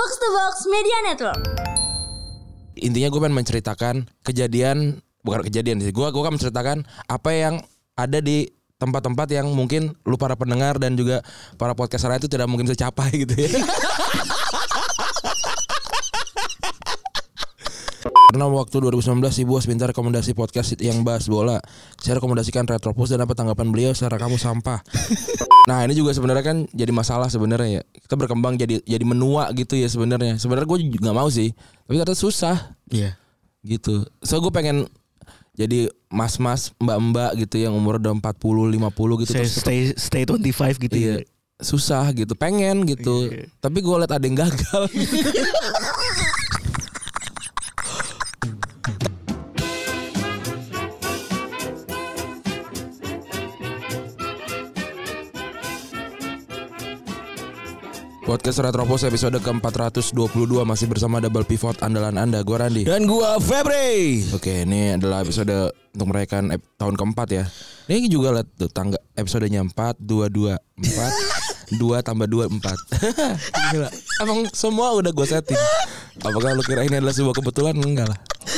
Box to Box Media Network. Intinya gue pengen menceritakan bukan kejadian sih. Gue kan menceritakan apa yang ada di tempat-tempat yang mungkin lu para pendengar dan juga para podcaster lain itu tidak mungkin bisa capai gitu ya. Karena waktu 2019 si Bos minta rekomendasi podcast yang bahas bola. Saya rekomendasikan Retropus dan apa tanggapan beliau secara kamu sampah. Nah ini juga sebenarnya kan jadi masalah sebenarnya ya. Kita berkembang jadi menua gitu ya sebenarnya. Sebenarnya gue nggak mau sih, tapi ternyata susah. Iya. Gitu. So gue pengen jadi mas-mas, mbak-mbak gitu yang umur udah 40, 50 gitu. Stay 25 gitu iya, ya. susah gitu, pengen gitu. Iya. Tapi gue liat ada yang gagal. Podcast Retropus episode ke-422 masih bersama double pivot andalan Anda. Gua Randi. Dan gua Febri. Oke, ini adalah episode untuk merayakan tahun keempat ya. Ini juga lihat tuh tangga episodenya 4, 2, 4 2 tambah 2, 4. Gila. Emang semua udah gue setting. Apakah lu kira ini adalah sebuah kebetulan? Enggak lah.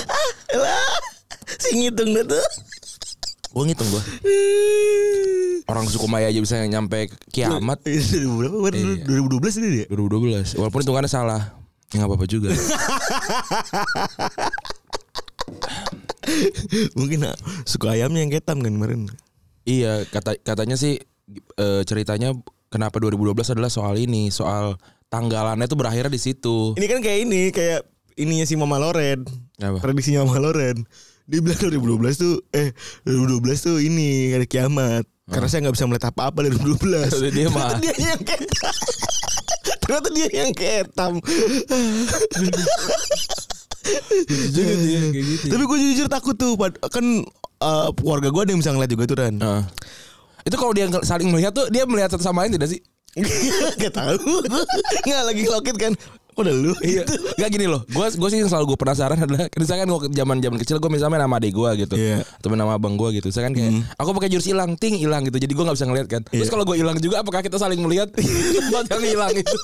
Si ngitung dah tuh. Gue ngitung gue. Orang Sukumaya aja bisa nyampe kiamat. 2012 ini dia. 2012. Walaupun hitungannya salah, ya nggak apa-apa juga. Mungkin suka ayamnya yang ketam kan kemarin. Iya, katanya sih ceritanya kenapa 2012 adalah soal ini, soal tanggalannya tuh berakhirnya di situ. Ini kan kayak ininya si Mama Loren. Apa? Prediksinya Mama Loren. Dia bilang 2012 tuh ini ada kiamat. Karena saya nggak bisa melihat apa-apa dari 2012. Dia mah. Ternyata dia yang ketam. Juga dia kayak gitu. Tapi gue jujur takut tuh. Kan keluarga gue ada yang bisa ngeliat juga tuh Dan. Itu kalau dia saling melihat tuh, dia melihat satu sama lain tidak sih? Gak tahu. Nggak lagi ngelokit kan. Udah lu. Iya. Gak gini loh. Gue sih selalu gue penasaran adalah, misalkan gue zaman kecil gue misalnya nama adik gue gitu, atau nama abang gue gitu. Saya kan kayak aku pakai jurus hilang gitu. Jadi gue nggak bisa ngeliat kan. Terus kalau gue hilang juga, apakah kita saling melihat tempat yang hilang itu?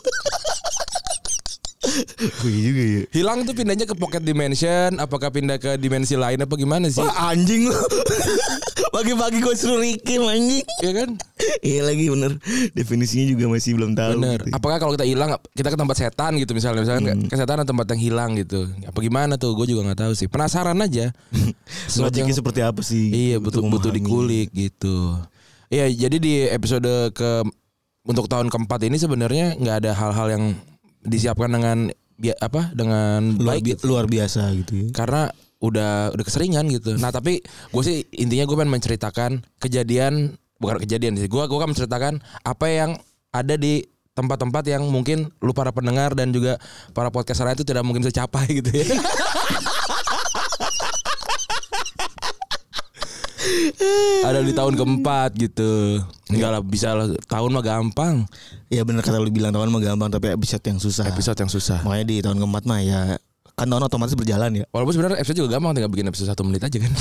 Iya juga ya. Hilang tuh pindahnya ke pocket dimension, apakah pindah ke dimensi lain apa gimana sih? Wah anjing lu. Pagi-pagi gue suruh Rikim anjing. Iya kan? Iya lagi bener. Definisinya juga masih belum tahu. Bener. Gitu. Apakah kalau kita hilang, kita ke tempat setan gitu misalnya ke setan atau tempat yang hilang gitu? Apa gimana tuh? Gue juga nggak tahu sih. Penasaran aja. Logiknya seperti apa sih? Iya butuh dikulik gitu. Iya jadi di episode untuk tahun keempat ini sebenarnya nggak ada hal-hal yang disiapkan dengan baik luar biasa gitu ya. Karena udah keseringan gitu. Nah tapi gue sih intinya gue pengen menceritakan bukan kejadian sih. Gue kan menceritakan apa yang ada di tempat-tempat yang mungkin lu para pendengar dan juga para podcaster lain itu tidak mungkin bisa capai gitu ya. Ada di tahun keempat gitu. Enggak lah, bisa lah, tahun mah gampang. Ya benar kata lu bilang, tahun mah gampang, tapi episode yang susah. Makanya di tahun keempat mah ya kan tahun otomatis berjalan ya. Walaupun sebenarnya episode juga gampang, tinggal bikin episode 1 menit aja kan.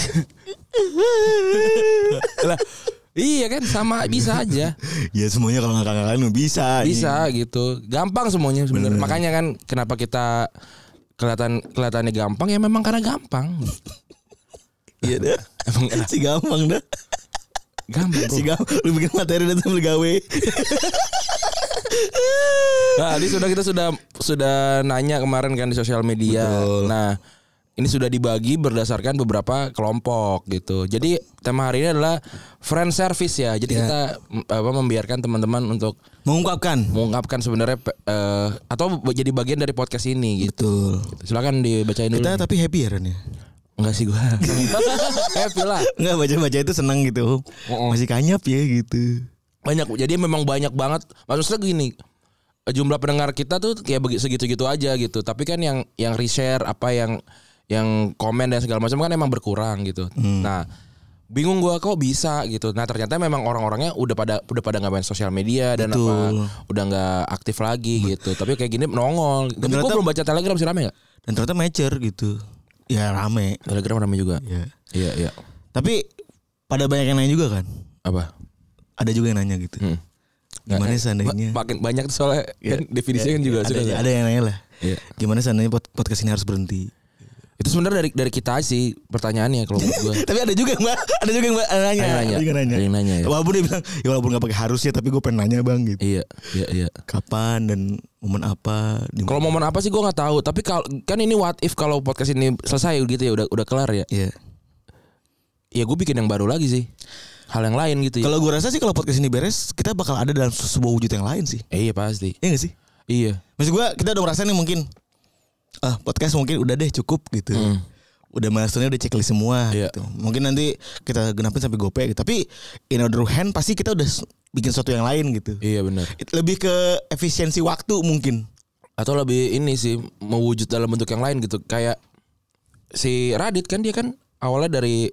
Lah, iya kan, sama bisa aja. Ya semuanya kalau ngakak-ngakakan bisa. Bisa gitu. Gampang semuanya sebenarnya. Makanya kan kenapa kita kelihatannya gampang ya memang karena gampang. Iya dah. Emang si gampang dah. Gampang bro. Si gampang. Lu bikin materi dan sambil gawe. Nah ini kita sudah nanya kemarin kan di sosial media. Betul. Nah ini sudah dibagi berdasarkan beberapa kelompok gitu. Jadi tema hari ini adalah friend service ya. Jadi kita membiarkan teman-teman untuk mengungkapkan sebenarnya atau jadi bagian dari podcast ini gitu. Betul. Silakan dibacain dulu. Kita tapi happy ya Ren ya. Enggak sih gua. Happy lah. Enggak baca itu senang gitu. Masih kanyap ya gitu. Banyak. Jadi memang banyak banget. Maksudnya gini, jumlah pendengar kita tuh kayak segitu-gitu aja gitu. Tapi kan yang reshare apa yang komen dan segala macam kan emang berkurang gitu. Nah, bingung gua kok bisa gitu. Nah, ternyata memang orang-orangnya udah pada enggak main sosial media dan udah enggak aktif lagi gitu. Tapi kayak gini nongol. Tapi gua belum baca Telegram sih, rame enggak? Dan ternyata mature gitu. Ya rame. Telegram rame juga. Iya. Tapi pada banyak yang nanya juga kan. Apa? Ada juga yang nanya gitu. Gimana seandainya makin banyak tuh soalnya kan definisinya kan juga sudah ada yang nanya lah. Iya. Gimana seandainya podcast ini harus berhenti? Itu sebenarnya dari kita aja sih pertanyaannya kalau menurut gue. Tapi ada juga yang nanya. Ada yang nanya ya. Walaupun dia bilang, ya walaupun gak pakai harusnya, tapi gue pengen nanya bang gitu. Iya. Kapan dan momen apa? Kalau momen apa sih gue nggak tahu. Tapi kan ini what if kalau podcast ini selesai gitu ya udah kelar ya. Iya. Ya gue bikin yang baru lagi sih. Hal yang lain gitu ya. Kalau gue rasa sih kalau podcast ini beres, kita bakal ada dalam sebuah wujud yang lain sih. Iya pasti. Iya gak sih? Iya. Maksud gue kita udah merasa nih mungkin podcast mungkin udah deh cukup gitu. Udah milestone-nya udah checklist semua gitu. Mungkin nanti kita genapin sampai gope gitu. Tapi in other hand pasti kita udah bikin sesuatu yang lain gitu. Iya benar. Lebih ke efisiensi waktu mungkin. Atau lebih ini sih mewujud dalam bentuk yang lain gitu. Kayak si Radit kan dia kan awalnya dari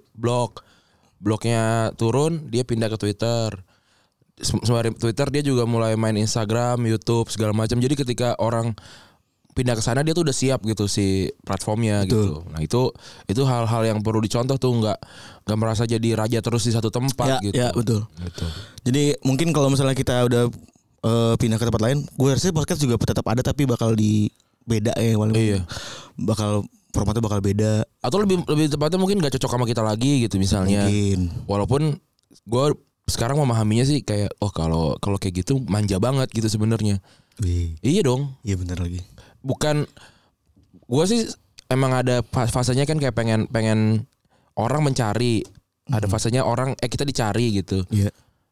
blognya turun dia pindah ke Twitter. Sembari Twitter dia juga mulai main Instagram, YouTube segala macam. Jadi ketika orang pindah ke sana dia tuh udah siap gitu si platformnya. Betul. Gitu. Nah itu hal-hal yang perlu dicontoh tuh nggak merasa jadi raja terus di satu tempat gitu. Ya betul. Gitu. Jadi mungkin kalau misalnya kita udah pindah ke tempat lain, gue rasa podcast juga tetap ada tapi bakal beda ya. Iya. Formatnya bakal beda. Atau lebih tepatnya mungkin gak cocok sama kita lagi gitu misalnya. Mungkin. Walaupun gue sekarang memahaminya sih kayak kalau kayak gitu manja banget gitu sebenarnya. Iya dong. Iya benar lagi. Bukan gue sih emang ada fasenya kan kayak pengen orang mencari. Ada fasenya orang kita dicari gitu. Iya.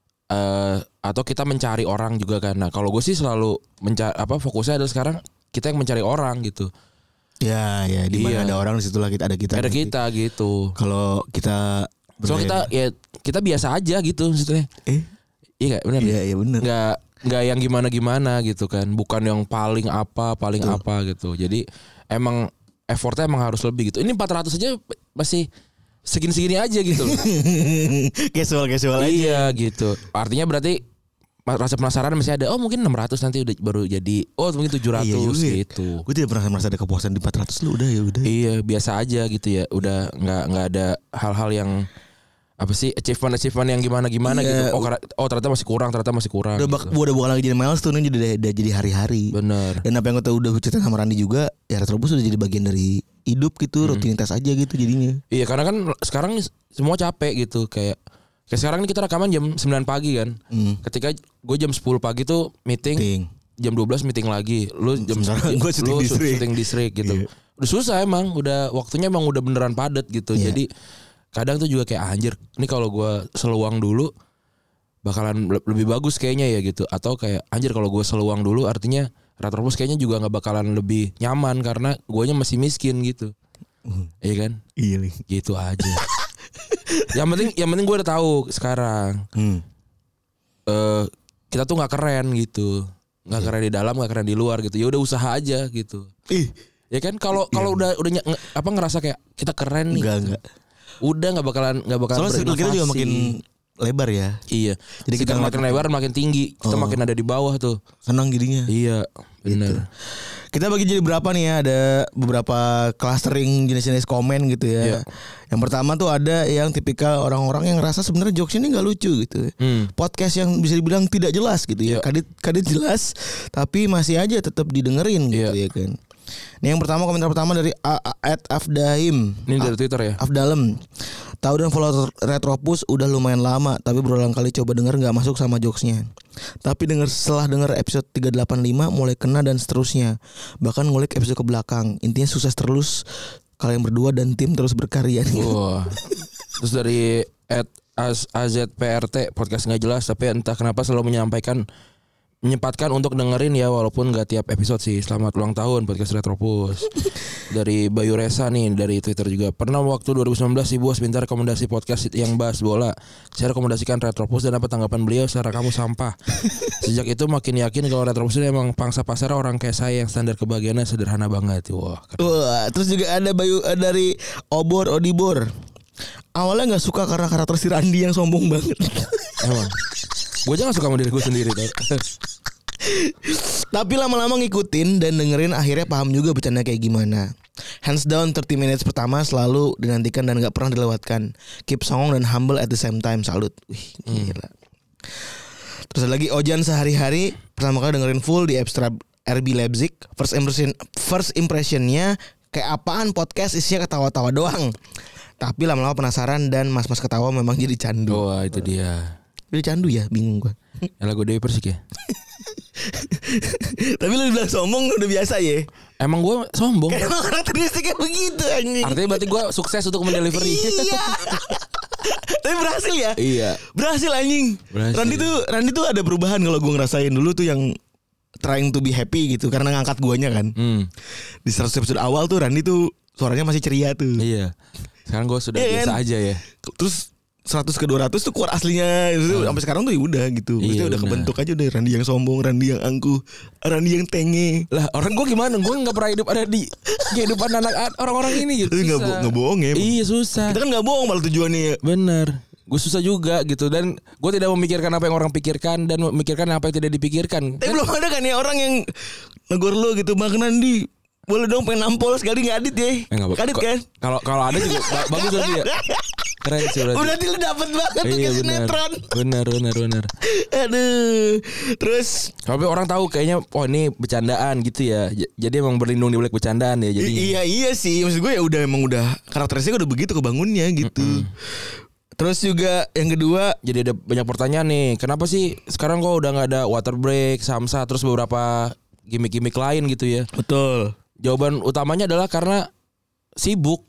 Atau kita mencari orang juga kan. Nah, kalau gue sih selalu fokusnya adalah sekarang kita yang mencari orang gitu. Ya, di mana ada orang di situlah ada kita. Ada kita gitu. Kalau kita kita biasa aja gitu maksudnya. Iya benar. Iya benar. Enggak yang gimana gitu kan. Bukan yang paling apa gitu. Jadi emang effortnya emang harus lebih gitu. Ini 400 aja masih segini-segini aja gitu loh. casual aja. Iya gitu. Artinya berarti rasa penasaran masih ada. Oh mungkin 600 nanti udah baru jadi. Oh mungkin 700 gitu. Gue tidak pernah merasa ada kepuasan di 400 lu udah. Iya biasa aja gitu ya. Udah nggak ada hal-hal yang apa sih achievement yang gimana gitu. Oh ternyata masih kurang. Udah gitu. udah bukan lagi jadi milestone, udah jadi hari-hari. Bener. Dan apa yang gue udah cerita sama Randi juga, ya Retrobus udah jadi bagian dari hidup gitu, rutinitas aja gitu jadinya. Iya karena kan sekarang semua capek gitu kayak sekarang ini kita rekaman jam 9 pagi kan. Ketika gue jam 10 pagi tuh meeting. Jam 12 meeting lagi. Lu jam gue syuting distrik gitu. Udah susah emang, udah waktunya emang udah beneran padat gitu. Jadi kadang tuh juga kayak anjir, ini kalau gue seluang dulu bakalan lebih bagus kayaknya ya gitu. Atau kayak anjir kalau gue seluang dulu artinya Retrobus kayaknya juga nggak bakalan lebih nyaman karena guanya masih miskin gitu. Iya kan? Iya gitu aja. Yang penting gue udah tahu sekarang. Kita tuh nggak keren gitu, nggak keren di dalam, nggak keren di luar gitu. Ya udah usaha aja gitu. Ya kan kalau udah ngerasa kayak kita keren nih. Enggak. Udah nggak bakalan soalnya berinovasi. kita juga makin lebar ya. Iya. Jadi kita makin lebar makin tinggi. Kita makin ada di bawah tuh. Senang jadinya. Iya. Benar. Gitu. Kita bagi jadi berapa nih ya? Ada beberapa clustering jenis-jenis komen gitu ya. Iya. Yang pertama tuh ada yang tipikal orang-orang yang ngerasa sebenarnya jokesnya ini nggak lucu gitu. Podcast yang bisa dibilang tidak jelas gitu ya. Kadit jelas tapi masih aja tetap didengerin gitu ya kan. Nih yang pertama, komentar pertama dari @afdahim. Ini dari Twitter ya. Afdalem. Tahu dan follow Retropus udah lumayan lama, tapi berulang kali coba denger nggak masuk sama jokesnya. Tapi setelah denger episode 385 mulai kena dan seterusnya. Bahkan ngulik episode ke belakang. Intinya sukses terus kalian berdua dan tim terus berkarya. Wah. Terus dari @azprt podcast nggak jelas tapi entah kenapa selalu menyempatkan untuk dengerin ya walaupun gak tiap episode sih. Selamat ulang tahun podcast Retropus. Dari Bayu Resa nih dari Twitter juga. Pernah waktu 2019 si Bos minta rekomendasi podcast yang bahas bola. Saya rekomendasikan Retropus dan apa tanggapan beliau secara kamu sampah. Sejak itu makin yakin kalau Retropus ini emang pangsa pasar orang kayak saya yang standar kebahagiaannya sederhana banget. Wah, terus juga ada Bayu dari Odibor. Awalnya gak suka karena karakter si Randi yang sombong banget. Emang gue aja gak suka sama diri gue sendiri. Tapi lama-lama ngikutin dan dengerin akhirnya paham juga bercanda kayak gimana. Hands down 30 minutes pertama selalu dinantikan dan gak pernah dilewatkan. Keep songong dan humble at the same time. Salut. Wih gila. Terus ada lagi Ojan sehari-hari pertama kali dengerin full di Abstra RB Leipzig. First impressionnya kayak apaan podcast isinya ketawa-tawa doang. Tapi lama-lama penasaran dan mas-mas ketawa memang jadi candu. Wah itu dia. Jadi candu ya, bingung gua. Lagu Dewi Persik ya. Tapi lu bilang sombong udah biasa ya. Emang gue sombong. Emang karakteristiknya begitu anjing. Artinya berarti gue sukses untuk mendelivery. Iya. Tapi berhasil ya. Iya. Berhasil anjing. Berhasil. Randy tuh ada perubahan kalau gue ngerasain dulu tuh yang trying to be happy gitu karena ngangkat guanya kan. Di 100 episode awal tuh Randy tuh suaranya masih ceria tuh. Iya. Sekarang gue sudah biasa aja ya. Terus 100 ke 200 tuh keluar aslinya gitu. Sampai sekarang tuh ya udah gitu. Maksudnya udah kebentuk aja udah Randy yang sombong, Randy yang angkuh, Randy yang tenge. Lah orang gue gimana? Gue gak pernah hidup ada di kehidupan anak orang-orang ini gitu. Gak bohong ya. Iya susah. Kita kan gak bohong malah tujuannya. Bener. Gue susah juga gitu. Dan gue tidak memikirkan apa yang orang pikirkan dan memikirkan apa yang tidak dipikirkan. Tapi belum ada kan ya orang yang negur lu gitu, Bang Randy, boleh dong pengen nampol sekali ngadit ya. Ngadit kan? Kalau ada juga bagus berarti ya. Keren sih berarti. Berarti lu dapet banget tuh kayak sinetron. Bener. Aduh. Terus tapi orang tahu kayaknya oh ini bercandaan gitu ya. Jadi emang berlindung di balik bercandaan ya. Jadi iya sih. Maksud gue ya udah karakteristiknya udah begitu kebangunnya gitu. Terus juga yang kedua, jadi ada banyak pertanyaan nih. Kenapa sih sekarang kok udah nggak ada water break, samsa, terus beberapa gimmick-gimmick lain gitu ya? Betul. Jawaban utamanya adalah karena sibuk.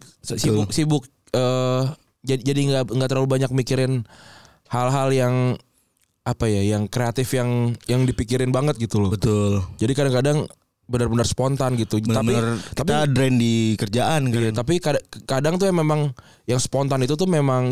Jadi nggak terlalu banyak mikirin hal-hal yang apa ya, yang kreatif yang dipikirin banget gitu loh. Betul. Jadi kadang-kadang benar-benar spontan gitu. Benar-benar kita drain di kerjaan kan. Iya, tapi kadang tuh memang yang spontan itu tuh memang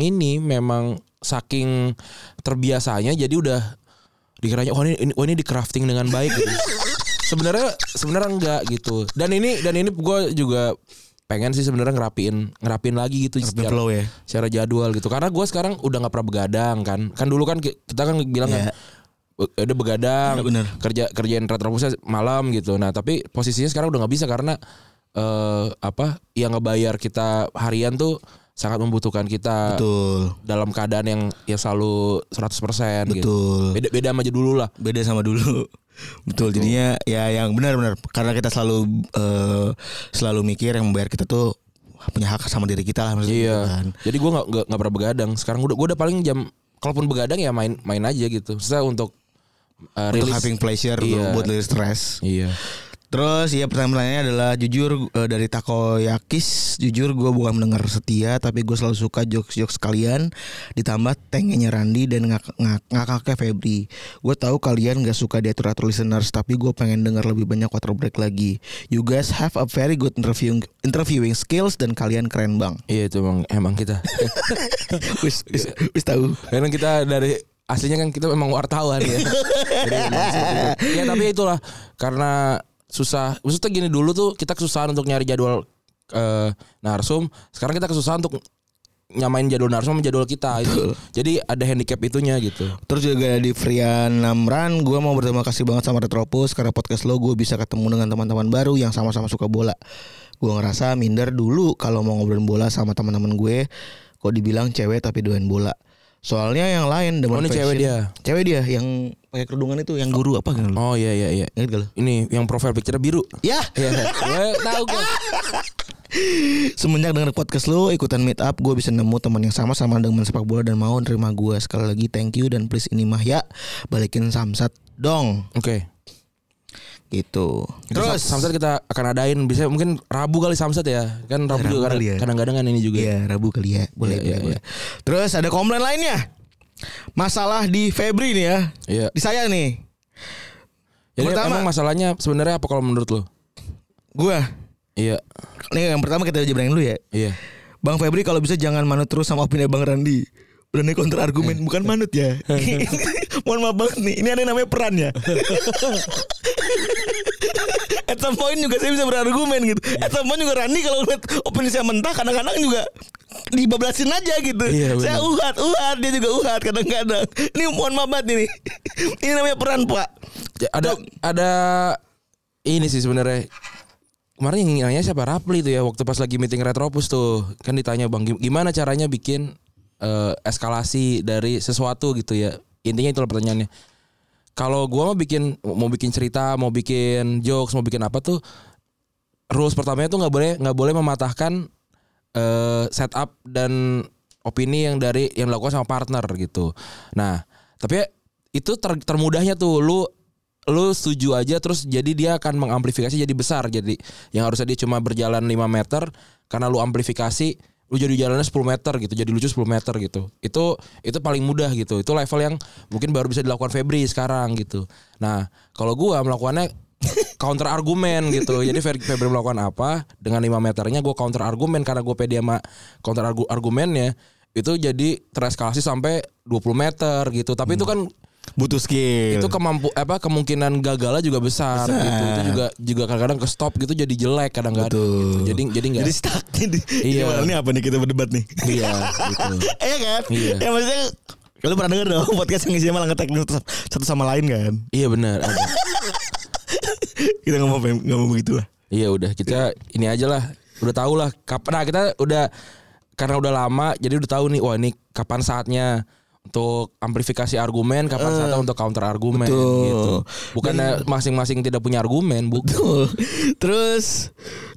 saking terbiasanya jadi udah dikiranya ini di crafting dengan baik gitu. Sebenarnya enggak gitu. Dan ini gue juga pengen sih sebenarnya ngerapin lagi gitu secara jadwal gitu. Karena gue sekarang udah nggak pernah begadang kan. Kan dulu kan kita kan bilang kan udah begadang, kerjain retrobusnya malam gitu. Nah tapi posisinya sekarang udah nggak bisa karena yang ngebayar kita harian tuh sangat membutuhkan kita. Betul. Dalam keadaan yang selalu 100% betul. gitu. Beda sama aja dulu lah. Beda sama dulu. Betul. Jadinya ya yang benar-benar karena kita selalu mikir yang membayar kita tuh punya hak sama diri kita lah maksudnya. Iya. Kan. Jadi gue nggak pernah begadang. Sekarang gue udah paling jam, kalaupun begadang ya main aja gitu. Saya untuk having pleasure buat release stress. Iya. Terus ya pertanyaannya adalah jujur dari Takoyakis, jujur gue bukan mendengar setia tapi gue selalu suka jokes kalian ditambah tengenya Randy dan ngakaknya Febri. Gue tahu kalian gak suka diatur-atur listeners tapi gue pengen dengar lebih banyak water break lagi. You guys have a very good interviewing skills dan kalian keren bang. Iya itu emang kita. wis tahu. Karena kita dari aslinya kan kita memang wartawan ya. Ya tapi itulah karena susah. Maksudnya gini, dulu tuh kita kesusahan untuk nyari jadwal narsum. Sekarang kita kesusahan untuk nyamain jadwal narsum sama jadwal kita itu. Jadi ada handicap itunya gitu. Terus juga di Frian Namran, gue mau berterima kasih banget sama Retropus karena podcast lo gue bisa ketemu dengan teman-teman baru yang sama-sama suka bola. Gue ngerasa minder dulu kalau mau ngobrolin bola sama teman-teman gue. Kok dibilang cewek tapi doain bola. Soalnya yang lain ini cewek dia yang pakai kerudungan itu yang guru apa gitu. Oh iya. Ingat gak lo? Ini yang profile picture biru. Ya. Gue tahu gue. Semenjak denger podcast lo ikutan meet up, gue bisa nemu teman yang sama-sama dengan sepak bola dan mau nerima gue. Sekali lagi thank you dan please ini mah ya balikin Samsat dong. Oke. Gitu. Terus Samsat kita akan adain bisa mungkin Rabu kali Samsat ya. Kan Rabu juga kadang-kadang kan ini juga. Iya, Rabu kali ya. Boleh. Terus ada komplain lainnya. Masalah di Febri nih ya. Iya. Di saya nih. Jadi emang masalahnya sebenarnya apa kalau menurut lo? Gua. Iya. Nih yang pertama kita jebrangin dulu ya. Iya. Bang Febri kalau bisa jangan manut terus sama opini Bang Randy. Berani counter argumen bukan manut ya. Mohon maaf banget nih. Ini ada yang namanya peran ya. At some point juga saya bisa berargumen gitu. At some point juga Randy kalau lihat opini saya mentah kadang-kadang juga dibablasin aja gitu. Iya, saya uhat dia juga uhat kadang-kadang. Ini mohon maaf banget ini. Ini namanya peran Pak. Ada ini sih sebenarnya. Kemarin yang nanya siapa, Rapli itu ya, waktu pas lagi meeting Retropus tuh kan ditanya bang gimana caranya bikin eskalasi dari sesuatu gitu ya. Intinya itulah pertanyaannya. kalau gue mau bikin cerita, mau bikin jokes, mau bikin apa tuh, rules pertamanya tuh nggak boleh mematahkan setup dan opini yang dilakukan sama partner gitu. Nah, tapi itu termudahnya tuh lu setuju aja terus jadi dia akan mengamplifikasi jadi besar. Jadi yang harusnya dia cuma berjalan 5 meter karena lu amplifikasi lu jadi jalannya 10 meter gitu, jadi lucu 10 meter gitu. Itu paling mudah gitu. Itu level yang mungkin baru bisa dilakukan Febri sekarang gitu. Nah, kalau gua melakukannya counter argumen gitu. Jadi Febri melakukan apa dengan 5 meternya gua counter argumen karena gua pede sama counter argumennya. Itu jadi tereskalasi sampai 20 meter gitu. Tapi itu kan butuh skill. Itu kemungkinan gagalnya juga besar gitu. Itu juga kadang-kadang ke stop gitu jadi jelek kadang-kadang gitu. Jadi enggak. Jadi stuck nih. Iya. Ini apa nih kita berdebat nih? Iya gitu. Iya kan? Iya. Ya maksudnya lu pernah denger dong podcast yang isinya malah nge-tag satu sama lain kan? Iya benar ada. Kita enggak mau begitu lah. Iya udah kita ini aja lah. Udah tahu lah kapan kita udah karena udah lama jadi udah tahu nih wah ini kapan saatnya untuk amplifikasi argumen, kapan saatnya untuk counter argumen gitu. Bukannya masing-masing tidak punya argumen, bukan. Terus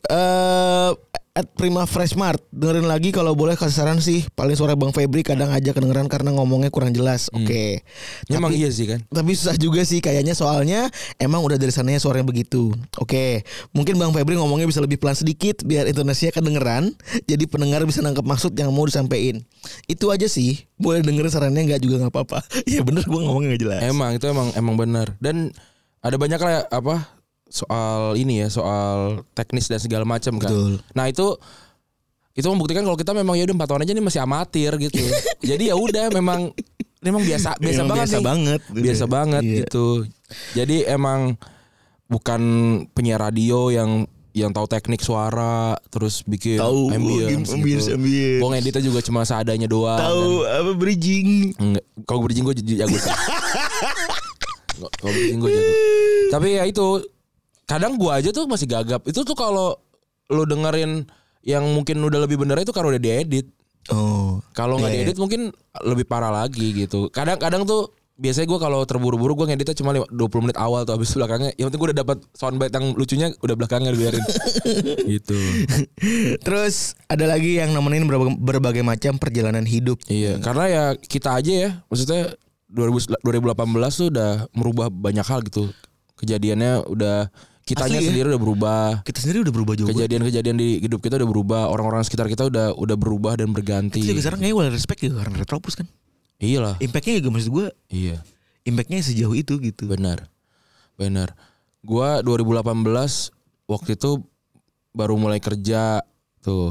at Prima Freshmart dengerin lagi kalau boleh kasih saran sih. Paling suara Bang Febri kadang aja kedengeran karena ngomongnya kurang jelas. Oke. Emang iya sih kan. Tapi susah juga sih kayaknya soalnya emang udah dari sananya suaranya begitu. Oke. Mungkin Bang Febri ngomongnya bisa lebih pelan sedikit biar intonasinya kedengeran. Jadi pendengar bisa nangkep maksud yang mau disampaikan. Itu aja sih. Boleh dengerin sarannya enggak juga enggak apa-apa. Iya bener gue ngomongnya enggak jelas. Emang itu emang benar. Dan ada banyak lah soal ini ya, soal teknis dan segala macam kan. Betul. Nah itu membuktikan kalau kita memang ya udah 4 tahun aja nih masih amatir gitu. Jadi ya udah memang biasa banget Iya. gitu. Jadi emang bukan penyiar radio yang tahu teknik suara terus bikin ambience gitu. Gue ngeditnya juga cuma seadanya doang. Tahu apa bridging? Enggak, kalau bridging gue jago sih. Kalau bridging gue jago. Tapi ya itu kadang gua aja tuh masih gagap. Itu tuh kalau lu dengerin yang mungkin udah lebih bener itu karena udah diedit. Oh. Kalau nggak diedit mungkin lebih parah lagi gitu. Kadang tuh biasanya gua kalau terburu-buru gua ngeditnya cuma 20 menit awal tuh, habis itu belakangnya yang penting gua udah dapat soundbite yang lucunya udah belakangnya dibiarin. Gitu. Terus ada lagi yang nemenin berbagai macam perjalanan hidup. Iya, karena ya kita aja ya, maksudnya 2018 tuh udah merubah banyak hal gitu. Kejadiannya udah kitanya sendiri udah berubah. Kita sendiri udah berubah juga. Kejadian-kejadian di hidup kita udah berubah. Orang-orang sekitar kita udah berubah dan berganti. Itu juga sekarang kayaknya well respect juga karena Retropus kan. Iyalah. Impactnya juga maksud gue. Iya. Impactnya sejauh itu gitu. Benar. Gue 2018 waktu itu baru mulai kerja tuh.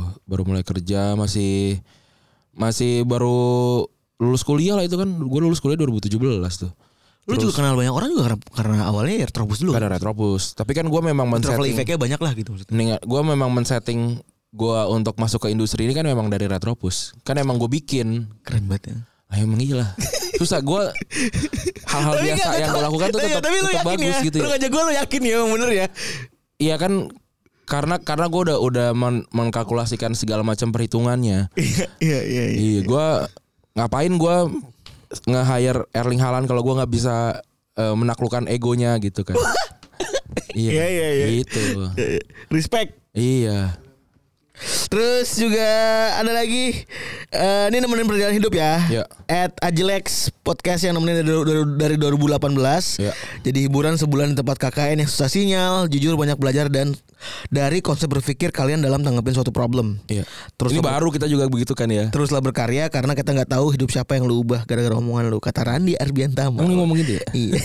Masih baru lulus kuliah lah itu kan. Gue lulus kuliah 2017 tuh. Lu juga kenal banyak orang juga karena awalnya ya Retropus dulu. Karena Retropus. Tapi kan gue memang travel effect-nya banyak lah gitu maksudnya. Gue memang men-setting gue untuk masuk ke industri ini kan memang dari Retropus. Kan emang gue bikin. Keren banget ya. Emang gila. Susah gue hal-hal biasa yang gue lakukan tuh tetap bagus ya. gitu ya. Lu ngajak gue lu yakin ya bener ya. Iya kan karena gue udah mengkalkulasikan segala macam perhitungannya. Iya. Gue ngapain gue nge-hire Erling Haaland kalau gue nggak bisa menaklukkan egonya gitu kan. Iya. Gitu. Respect. Iya. Terus juga ada lagi ini nemenin perjalanan hidup ya. @ajilex podcast yang nemenin dari 2018. Ya. Jadi hiburan sebulan di tempat KKN yang susah sinyal, jujur banyak belajar dan dari konsep berpikir kalian dalam tanggapin suatu problem. Iya. Terus ini baru kita juga begitu kan ya. Teruslah berkarya karena kita nggak tahu hidup siapa yang lu ubah gara-gara omongan lu, kata Randi Arbiantama. Ngomong gitu ya. Iya.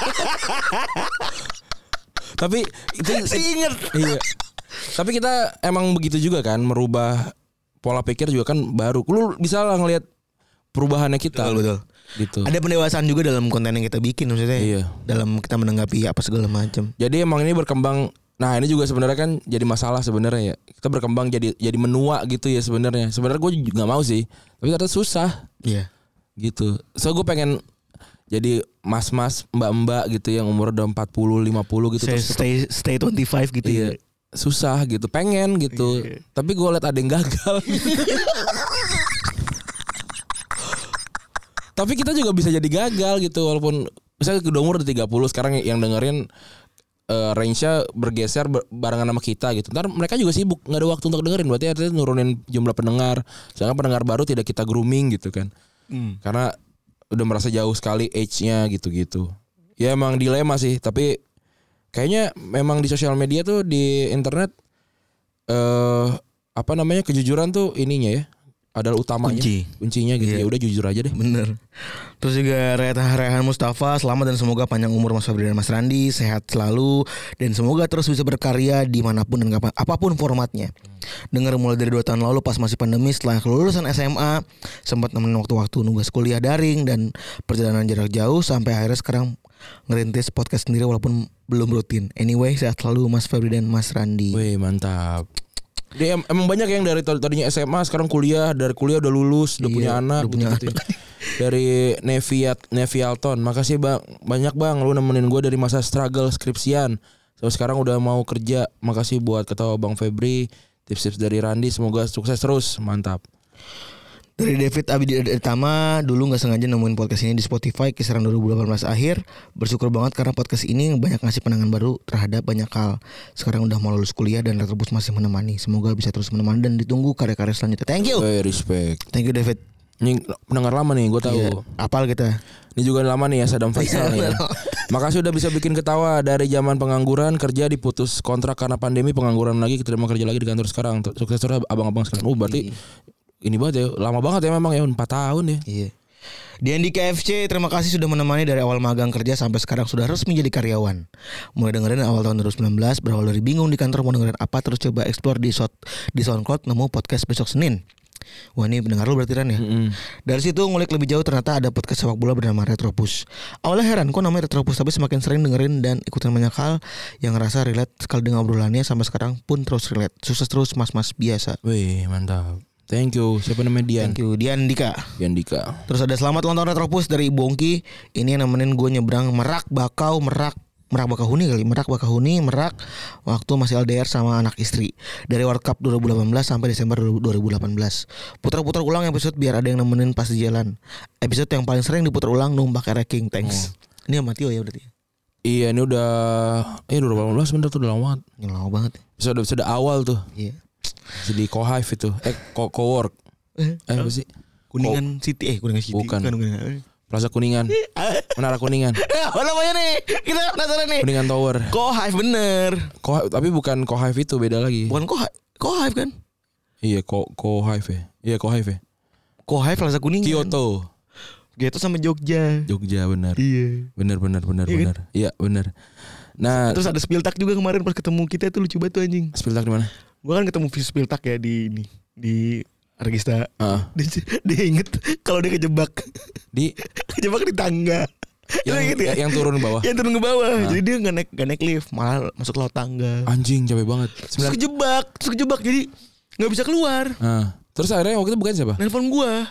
Tapi itu inget. Iya. Tapi kita emang begitu juga kan, merubah pola pikir juga kan baru. Lu bisa lah ngelihat perubahannya kita. Betul. Gitu. Ada pendewasaan juga dalam konten yang kita bikin maksudnya. Iya. Dalam kita menanggapi apa segala macam. Jadi emang ini berkembang. Nah, ini juga sebenarnya kan jadi masalah sebenarnya ya. Kita berkembang jadi menua gitu ya sebenarnya. Sebenarnya gue juga gak mau sih. Tapi ternyata susah. Iya. Gitu. So gue pengen jadi mas-mas, mbak-mbak gitu yang umur udah 40, 50 gitu. Stay 25 gitu iya. ya. Susah gitu, pengen gitu. Tapi gue liat ada yang gagal. Tapi kita juga bisa jadi gagal gitu, walaupun misalnya udah umur 30 sekarang yang dengerin range-nya bergeser barengan sama kita gitu. Ntar mereka juga sibuk, nggak ada waktu untuk dengerin. Berarti artinya nurunin jumlah pendengar. Sedangkan pendengar baru tidak kita grooming gitu kan. Karena udah merasa jauh sekali age-nya gitu-gitu. Ya emang dilema sih. Tapi kayaknya memang di sosial media tuh, di internet kejujuran tuh ininya ya adalah utamanya, kuncinya gitu. Ya udah jujur aja deh. Bener. Terus juga Rehan Mustafa, selamat dan semoga panjang umur Mas Febri dan Mas Randi, sehat selalu dan semoga terus bisa berkarya dimanapun dan apapun formatnya. Dengar mulai dari 2 tahun lalu pas masih pandemi, setelah kelulusan SMA sempat nemenin waktu-waktu nugas kuliah daring dan perjalanan jarak jauh sampai akhirnya sekarang ngerintis podcast sendiri walaupun belum rutin. Anyway, sehat selalu Mas Febri dan Mas Randi. Wih, mantap. Dia emang banyak yang dari tadinya SMA sekarang kuliah, dari kuliah udah lulus, udah punya anak, gitu. Dari Nevialton, makasih Bang, banyak Bang lu nemenin gue dari masa struggle skripsian. So, sekarang udah mau kerja. Makasih buat ketawa Bang Febri, tips-tips dari Randi, semoga sukses terus, mantap. Dari David Abiditama, dulu gak sengaja nemuin podcast ini di Spotify kisaran 2018 akhir. Bersyukur banget karena podcast ini banyak ngasih pandangan baru terhadap banyak hal. Sekarang udah mau lulus kuliah dan Retrobus masih menemani. Semoga bisa terus menemani dan ditunggu karya-karya selanjutnya. Thank you. Respect. Thank you David. Ini pendengar lama nih, gue tahu. Iya, apal kita. Ini juga lama nih ya, Sadam Faisal nih ya. Makasih udah bisa bikin ketawa dari zaman pengangguran, kerja diputus kontrak karena pandemi, pengangguran lagi, kita mau kerja lagi di kantor sekarang. Sukses terus abang-abang sekarang. Berarti ini banget ya, lama banget ya memang ya, 4 tahun ya. Iya. Dian di KFC, terima kasih sudah menemani dari awal magang kerja sampai sekarang sudah resmi jadi karyawan. Mulai dengerin awal tahun 2019, berawal dari bingung di kantor mau dengerin apa, terus coba explore di SoundCloud, nemu podcast besok Senin. Wah, ini pendengar lu berarti Ran ya. Dari situ ngulik lebih jauh, ternyata ada podcast sepak bola bernama Retropus. Awalnya heran kok namanya Retropus, tapi semakin sering dengerin dan ikutin banyak hal yang ngerasa relate sekali dengan obrolannya, sampai sekarang pun terus relate. Sukses terus mas-mas biasa. Wih, mantap. Thank you. Siapa namanya Dian? Thank you Dian Dika. Terus ada selamat ulang tahun Retropus dari Bongki. Ini yang nemenin gue nyebrang Merak Bakahuni waktu masih LDR sama anak istri. Dari World Cup 2018 sampai Desember 2018. Putar-putar ulang episode biar ada yang nemenin pas di jalan. Episode yang paling sering diputar ulang Numbak Ranking. Thanks. Ini sama Tio ya berarti. Iya, ini udah 2018 bener tuh, udah lama banget. Ini lama banget. Episode awal tuh. Iya. Jadi Co-Hive itu. Co-work. Apa sih? Kuningan City. Kuningan City. Bukan. Plaza Kuningan. Menara Kuningan. Apa namanya nih? Kita penasaran nih. Kuningan Tower. Co-Hive bener. Tapi bukan Co-Hive itu, beda lagi. Bukan Co-Hive kan? Iya, Co-Hive ya. Iya, Co-Hive ya. Co-Hive Plaza Kuningan. Kyoto sama Jogja benar. Iya. Benar. Iya, benar. Nah, terus ada Spiltak juga kemarin pas ketemu kita itu lucu banget tuh anjing. Spiltak di mana? Gua kan ketemu Spiltak ya di Argista. Dia inget kalau dia kejebak di tangga. Yang turun ke bawah. Yang turun ke bawah. Jadi dia nggak naik lift, malah masuk lewat tangga. Anjing, capek banget. Terus kejebak jadi nggak bisa keluar. Terus akhirnya waktu itu bukan siapa? Nelfon gua.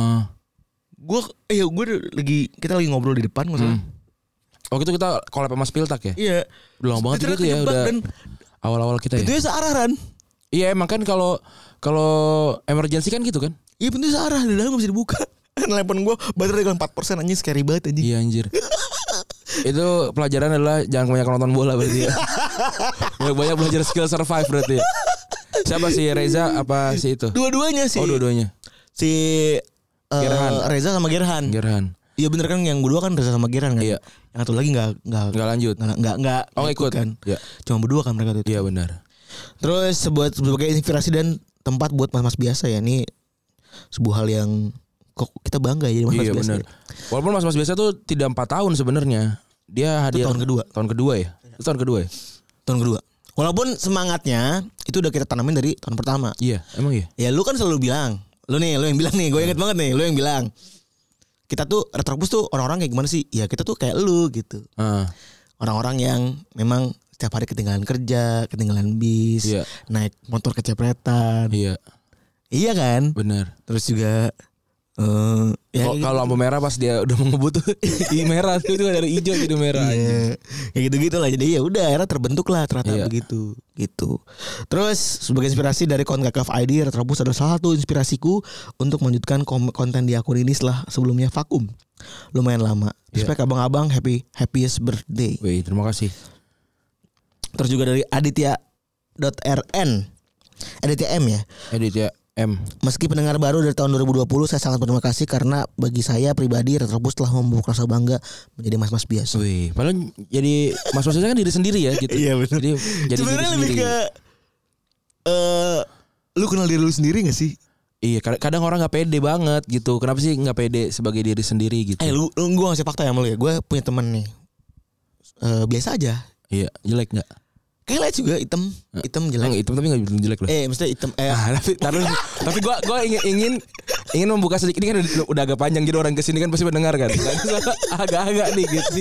Kita lagi ngobrol di depan nggak salah. Waktu itu kita collab sama Spiltak ya? Iya. Udah lama banget gitu ya, udah awal-awal kita ya. Itu ya searah. Iya, emang kan kalau emergency kan gitu kan? Iya, bentuknya searah, di dalam gak bisa dibuka. Telepon gue baterai dengan 4% anjing, scary banget anjing. Iya anjir. Itu pelajaran adalah jangan kebanyakan nonton bola berarti ya. Banyak belajar skill survive berarti ya. Siapa sih, Reza apa si itu? Dua-duanya sih. Oh, dua-duanya. Si Gerhan. Reza sama Gerhan. Iya bener kan, yang berdua kan Reza sama Gerhan kan. Iya. Yang satu lagi nggak lanjut. Nggak ikut kan. Iya. Cuma berdua kan mereka tuh. Iya benar. Terus sebagai inspirasi dan tempat buat mas-mas biasa ya, ini sebuah hal yang kok kita bangga ya jadi mas-mas biasa. Iya benar. Walaupun mas-mas biasa tuh tidak 4 tahun sebenarnya. Dia hadir tahun kedua. Tahun kedua ya? Itu tahun kedua ya? Tahun kedua. Walaupun semangatnya itu udah kita tanamin dari tahun pertama. Iya, emang iya. Ya lu kan selalu bilang. Lu yang bilang nih, gue inget banget nih, lu yang bilang. Kita tuh Retropus tuh orang-orang kayak gimana sih? Ya kita tuh kayak lu gitu. Orang-orang yang memang setiap hari ketinggalan kerja, ketinggalan bis, naik motor kecepretan. Iya. Iya kan? Benar. Terus juga Kalau lampu merah pas dia udah mau ngebut tuh di merah tuh dari hijau jadi merah. Iya. Kayak gitu-gitu lah. Jadi ya udah akhirnya terbentuk lah ternyata begitu gitu. Terus sebagai inspirasi dari CONCACAF ID, Retropus adalah salah satu inspirasiku untuk melanjutkan konten di akun ini setelah sebelumnya vakum. Lumayan lama. Respect abang-abang, happiest birthday. Wih, terima kasih. Terus juga dari Aditya.rn, Aditya M ya. Aditya M. Meski pendengar baru dari tahun 2020, saya sangat berterima kasih karena bagi saya pribadi Retropus telah membawa rasa bangga menjadi mas-mas biasa. Wih, padahal jadi mas-mas biasa kan diri sendiri ya gitu. Iya benar. Jadi sebenarnya diri lebih sendiri. ke lu kenal diri lu sendiri gak sih? Iya, kadang orang nggak pede banget gitu. Kenapa sih nggak pede sebagai diri sendiri gitu? Lu gue ngasih fakta ya sama lu ya. Gue punya temen nih, biasa aja. Iya, jelek nggak? Kayak liat juga hitam jelek. Hitam tapi nggak jelek loh. Maksudnya hitam. Tapi gue ingin membuka sedikit. Ini kan udah agak panjang jadi orang kesini kan pasti mendengar kan. Agak-agak nih gitu.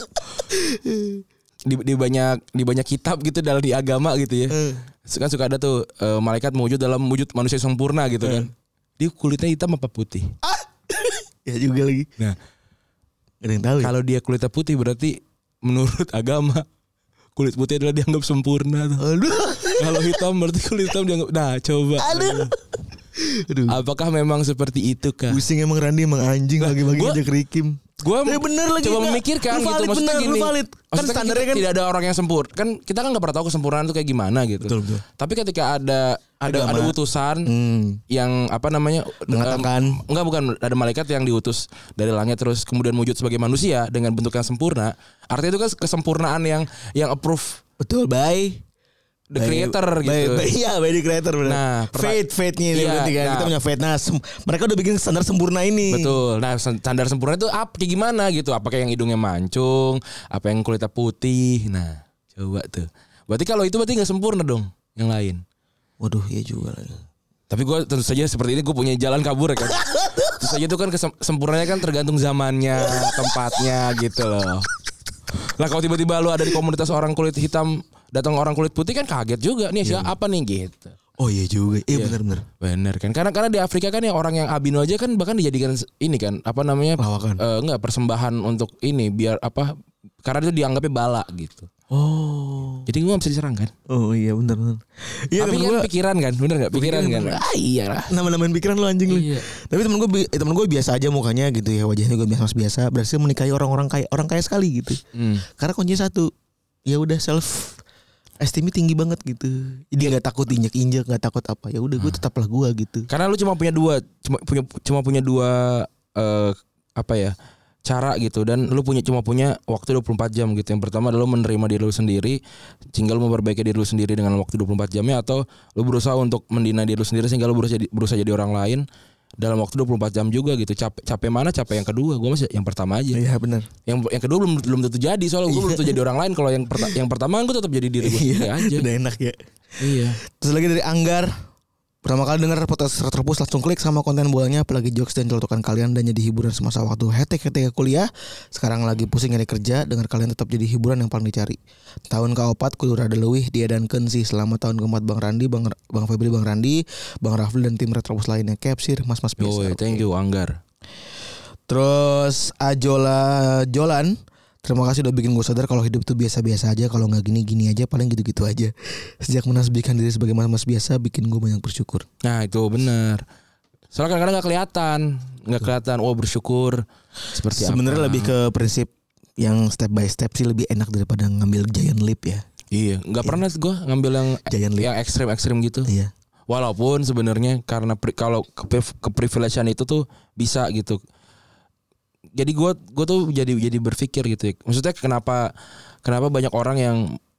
Di banyak kitab gitu dalam di agama gitu ya. Kan suka ada tuh malaikat mewujud dalam wujud manusia sempurna gitu kan. Dia kulitnya hitam apa putih? Ya juga lagi. Nah, gak ada yang tahu. Kalau dia kulitnya putih berarti menurut agama kulit putih adalah dianggap sempurna. Kalau hitam berarti kulit hitam dianggap. Nah, coba. Aduh. Apakah memang seperti itu kah? Pusing emang Randi emang anjing bagi-bagi aja ke Rikim. Gue bener lagi coba memikirkan gitu. Maksudnya bener, gini. Kan standarnya kan tidak ada orang yang sempurna. Kan kita kan nggak pernah tahu kesempurnaan itu kayak gimana gitu. Betul. Tapi ketika ada utusan yang apa namanya mengatakan bukan ada malaikat yang diutus dari langit terus kemudian wujud sebagai manusia dengan bentuk yang sempurna. Artinya itu kan kesempurnaan yang approve. Betul, The creator gitu. Iya, by the creator benar. Nah, fate-nya ini berarti kan. Kita punya fate. Nah, mereka udah bikin standar sempurna ini. Betul. Nah, standar sempurna itu kayak gimana gitu? Apakah yang hidungnya mancung, apa yang kulitnya putih? Nah, coba tuh. Berarti kalau itu berarti enggak sempurna dong yang lain. Waduh, iya juga lah. Tapi gue tentu saja seperti ini gue punya jalan kabur kan. Tentu saja itu kan sempurnanya kan tergantung zamannya, tempatnya gitu loh. Lah kalau tiba-tiba lu ada di komunitas orang kulit hitam, datang orang kulit putih kan kaget juga nih siapa nih gitu. Oh iya juga. Iya benar. Bener kan. Karena di Afrika kan ya orang yang albino aja kan bahkan dijadikan ini kan apa namanya? Lawakan. Enggak persembahan untuk ini biar apa? Karena itu dianggapnya bala gitu. Oh. Jadi gue gak bisa diserang kan? Oh iya benar. Iya, tapi kan pikiran kan, bener gak? Pikiran kan? Iya lah. Nama-namain pikiran lu anjing lu. Iya. Tapi temen gue biasa aja mukanya gitu ya, wajahnya gue biasa berhasil menikahi orang kaya sekali gitu. Karena kuncinya satu, ya udah self esteemnya tinggi banget gitu. Jadi nggak takut injek, nggak takut apa. Ya udah gue tetaplah gue gitu. Karena lu cuma punya dua apa ya? Cara gitu dan lu cuma punya waktu 24 jam gitu. Yang pertama adalah lu menerima diri lu sendiri, tinggal lu memperbaiki diri lu sendiri dengan waktu 24 jamnya atau lu berusaha untuk mendina diri lu sendiri sehingga lu berusaha jadi orang lain dalam waktu 24 jam juga gitu. Capek mana? Capek yang kedua. Gue masih yang pertama aja. Iya benar. Yang kedua belum tentu jadi soalnya gue belum tentu jadi orang lain. Kalau yang pertama gue tetap jadi diri gue sendiri aja. Udah enak ya. Iya. Terus lagi dari Anggar. Pertama kali dengar podcast Retropus langsung klik sama konten bolanya, apalagi jokes dan celotokan kalian dan jadi hiburan semasa waktu hetek kuliah. Sekarang lagi pusing nyari kerja, dengar kalian tetap jadi hiburan yang paling dicari. Tahun ke-4 kudu rada leuwih diadankeun sih selama tahun ke-4 Bang Randi, Bang Febri, Bang Randi, Bang Rafli dan tim Retropus lainnya. Capsir mas-mas biasa. Oh, thank you Anggar. Terus Jolan, terima kasih udah bikin gue sadar kalau hidup tuh biasa-biasa aja. Kalau gak gini-gini aja, paling gitu-gitu aja. Sejak menasbihkan diri sebagai mas biasa, bikin gue banyak bersyukur. Nah itu benar. Soalnya kadang-kadang gak kelihatan. Oh bersyukur seperti apa. Sebenarnya lebih ke prinsip yang step by step sih lebih enak daripada ngambil giant leap ya. Iya, gak pernah gue ngambil yang ekstrim gitu. Iya. Walaupun sebenarnya karena kalau keprivilegean itu tuh bisa gitu. Jadi gue tuh jadi berpikir gitu ya. Maksudnya kenapa banyak orang yang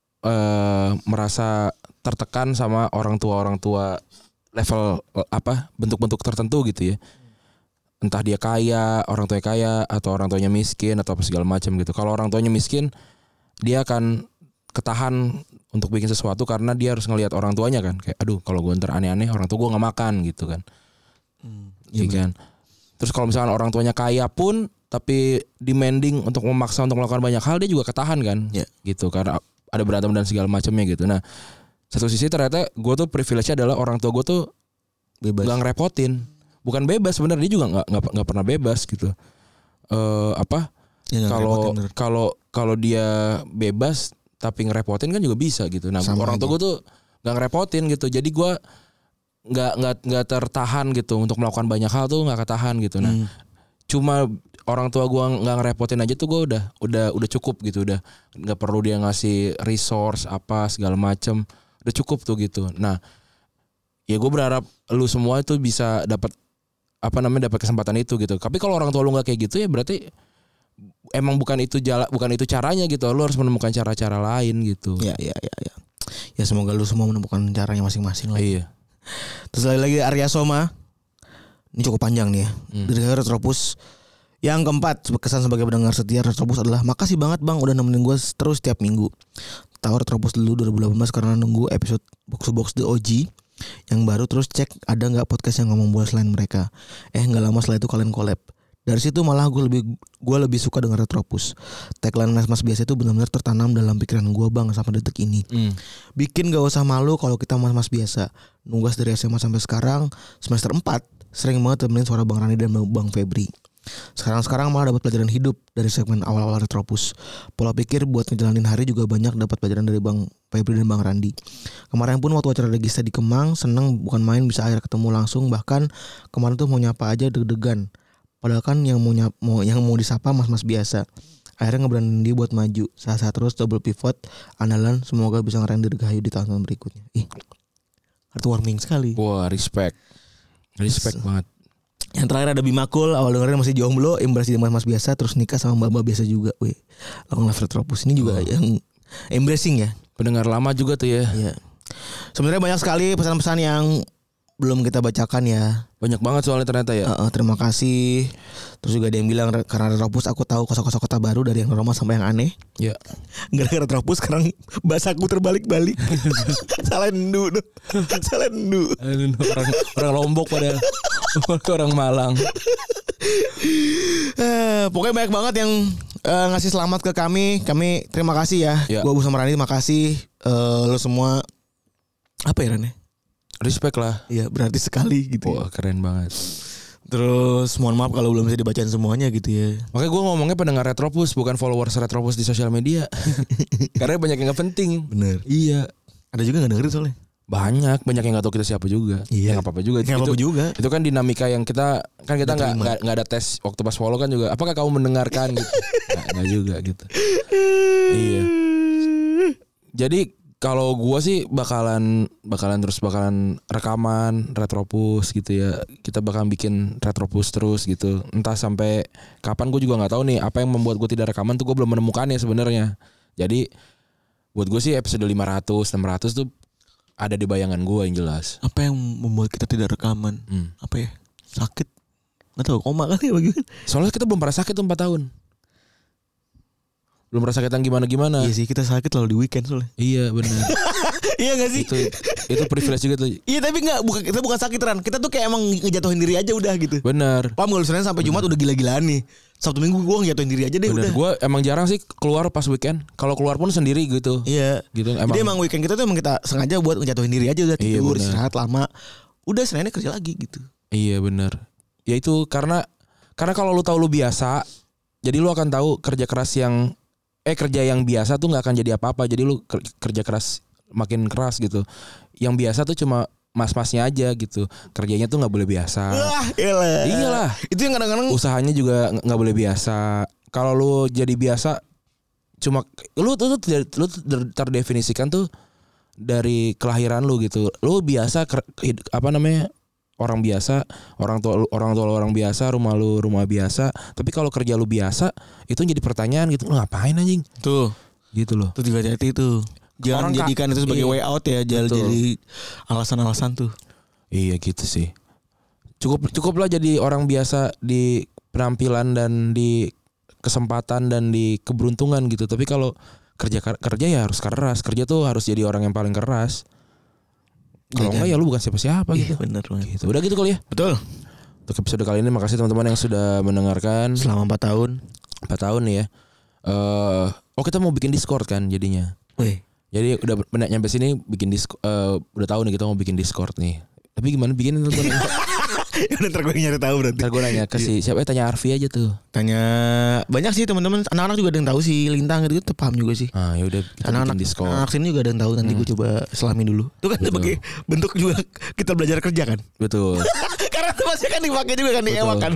merasa tertekan sama orang tua level apa bentuk-bentuk tertentu gitu ya. Entah dia kaya, orang tuanya kaya atau orang tuanya miskin atau apa segala macam gitu. Kalau orang tuanya miskin, dia akan ketahan untuk bikin sesuatu karena dia harus ngelihat orang tuanya kan. Kayak aduh kalau gue ntar aneh-aneh orang tua gue nggak makan gitu kan. Iya kan. Terus kalau misalnya orang tuanya kaya pun tapi demanding untuk memaksa untuk melakukan banyak hal, dia juga ketahan kan, gitu karena ada berantem dan segala macamnya gitu. Nah satu sisi ternyata gue tuh privilege adalah orang tua gue tuh bebas, gak ngerepotin, bukan bebas bener, dia juga nggak pernah bebas gitu. Ya, Kalau dia bebas tapi ngerepotin kan juga bisa gitu. Nah Sama orang tua gue tuh nggak ngerepotin gitu, jadi gue nggak tertahan gitu untuk melakukan banyak hal tuh, nggak ketahan gitu. Nah cuma orang tua gue nggak ngerepotin aja tuh gue udah cukup gitu, udah nggak perlu dia ngasih resource apa segala macem, udah cukup tuh gitu. Nah ya gue berharap lu semua itu bisa dapat dapat kesempatan itu gitu. Tapi kalau orang tua lu nggak kayak gitu ya berarti emang bukan itu caranya gitu. Lu harus menemukan cara-cara lain gitu. Ya. Ya semoga lu semua menemukan caranya masing-masing lah. Iya. Terus lagi Arya Soma. Ini cukup panjang nih ya. Dari Retropus. Yang keempat, kesan sebagai pendengar setia Retropus adalah makasih banget Bang udah nemenin gue terus setiap minggu. Tahu Retropus dulu 2018 karena nunggu episode Box to Box The OG yang baru, terus cek ada nggak podcast yang ngomong bola selain mereka. Nggak lama setelah itu kalian collab. Dari situ malah gue lebih suka dengan Retropus. Tagline mas biasa itu benar-benar tertanam dalam pikiran gue Bang sampai detik ini. Bikin gak usah malu kalau kita mas biasa. Nugas dari SMA sampai sekarang semester 4 sering banget temenin suara Bang Rani dan Bang Febri. Sekarang malah dapat pelajaran hidup dari segmen awal-awal Retropus. Pola pikir buat ngejalanin hari juga banyak dapat pelajaran dari Bang Febri dan Bang Randi. Kemarin pun waktu acara Regista di Kemang, seneng bukan main bisa akhirnya ketemu langsung. Bahkan kemarin tuh mau nyapa aja deg-degan. Padahal kan yang mau disapa mas biasa. Akhirnya ngeberanin dia buat maju. Sah-sah terus double pivot andalan, semoga bisa ngerayain Dirgahayu di tahun-tahun berikutnya. Kartu warming sekali. Wah, respect banget. Yang terakhir ada Bimakul, awal dengerin masih jomblo, embrace jadi mas biasa, terus nikah sama mbak biasa juga. Long live Retropus ini juga yang embracing ya. Pendengar lama juga tuh ya. Iya. Sebenarnya banyak sekali pesan-pesan yang belum kita bacakan ya. Banyak banget soalnya ternyata ya. Terima kasih. Terus juga ada yang bilang karena Retropus aku tahu kota baru dari yang normal sampai yang aneh. Ya. Gara-gara Retropus sekarang bahasaku terbalik-balik. Salah endu. Orang Lombok padahal. Orang Malang. Pokoknya banyak banget yang ngasih selamat ke kami. Kami terima kasih ya. Gua Abu sama Rani terima kasih. Lo semua apa ya Rani? Respect lah. Iya berarti sekali gitu. Wah keren banget. Terus mohon maaf kalau belum bisa dibacain semuanya gitu ya. Makanya gue ngomongnya pendengar Retropus, bukan followers Retropus di sosial media. Karena banyak yang gak penting. Bener. Iya. Ada juga gak dengerin soalnya. Banyak yang gak tahu kita siapa juga. Iya. Gak apa-apa juga. Itu kan dinamika yang kita gak ada tes waktu pas follow kan juga. Apakah kamu mendengarkan gitu? Gak juga gitu. Iya. Jadi kalau gue sih bakalan rekaman Retropus gitu ya. Kita bakalan bikin Retropus terus gitu. Entah sampai kapan gue juga nggak tahu nih. Apa yang membuat gue tidak rekaman tuh gue belum menemukannya sebenarnya. Jadi buat gue sih episode 500, 600 tuh ada di bayangan gue yang jelas. Apa yang membuat kita tidak rekaman? Apa ya? Sakit? Nggak tahu, koma kali ya bagaimana? Soalnya kita belum pernah sakit tuh 4 tahun. Belum pernah sakitan gimana-gimana. Iya sih kita sakit lalu di weekend soalnya. Iya benar. Iya gak sih? Itu privilege juga tuh. Iya tapi kita bukan sakit Ran. Kita tuh kayak emang ngejatuhin diri aja udah gitu. Benar. Paham gak lu Senin sampai Jumat udah gila-gilaan nih. Sabtu Minggu gue ngejatuhin diri aja deh. Bener. Udah. Gue emang jarang sih keluar pas weekend. Kalau keluar pun sendiri gitu. Iya. Gitu. Jadi emang weekend kita tuh emang kita sengaja buat ngejatuhin diri aja udah tidur, istirahat lama. Udah Seninnya kerja lagi gitu. Iya benar. Ya itu karena kalau lu tahu lu biasa, jadi lu akan tahu kerja yang biasa tuh nggak akan jadi apa-apa. Jadi lu kerja keras makin keras gitu. Yang biasa tuh cuma mas-masnya aja gitu. Kerjanya tuh nggak boleh biasa. Wah, iyalah. Itu yang kadang-kadang usahanya juga nggak boleh biasa. Kalau lu jadi biasa, cuma lu terdefinisikan tuh dari kelahiran lu gitu. Lu biasa orang biasa, orang tua lu orang biasa, rumah lu rumah biasa. Tapi kalau kerja lu biasa, itu jadi pertanyaan gitu. Lu ngapain anjing? Tuh. Gitu loh. Tuh juga hati itu. Jangan jadikan itu sebagai way out ya, jangan jadi alasan-alasan tuh. Iya gitu sih. Cukuplah jadi orang biasa di penampilan dan di kesempatan dan di keberuntungan gitu. Tapi kalau kerja ya harus keras. Kerja tuh harus jadi orang yang paling keras. Kalau enggak ya lu bukan siapa-siapa gitu. Bener banget. Gitu. Udah gitu kali ya. Betul. Untuk episode kali ini makasih teman-teman yang sudah mendengarkan selama 4 tahun. 4 tahun nih ya. Kita mau bikin Discord kan jadinya. Jadi udah nyampe sini bikin Discord, udah tahu nih kita mau bikin Discord nih. Tapi gimana bikin teman-teman? Ya udah, ntar gue nyari tahu berarti. Ntar gue nanya ke si siapa, tanya Arfi aja tuh. Tanya banyak sih teman-teman, anak-anak juga ada yang tahu sih Lintang gitu, paham juga sih. Ah ya udah, kita Anak-anak bikin Discord. anak sini juga ada yang tahu, nanti gue coba selami dulu. Itu kan sebagai bentuk juga kita belajar kerja kan. Betul. Karena itu pasti kan dipakai juga kan, diewak kan.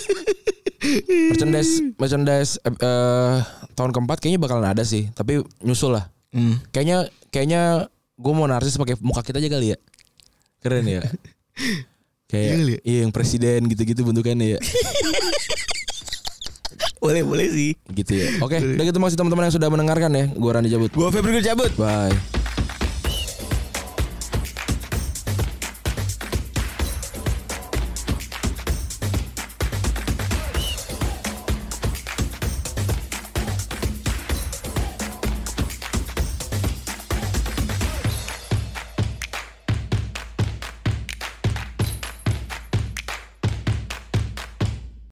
merchandise tahun keempat kayaknya bakalan ada sih, tapi nyusul lah. Kayaknya gue mau narsis pakai muka kita aja kali ya. Keren ya. Kayak iya yang presiden gitu-gitu bentukannya ya. Boleh sih. Gitu ya. Oke, udah gitu, makasih teman-teman yang sudah mendengarkan ya. Gua Randy cabut. Gua Febri cabut. Bye.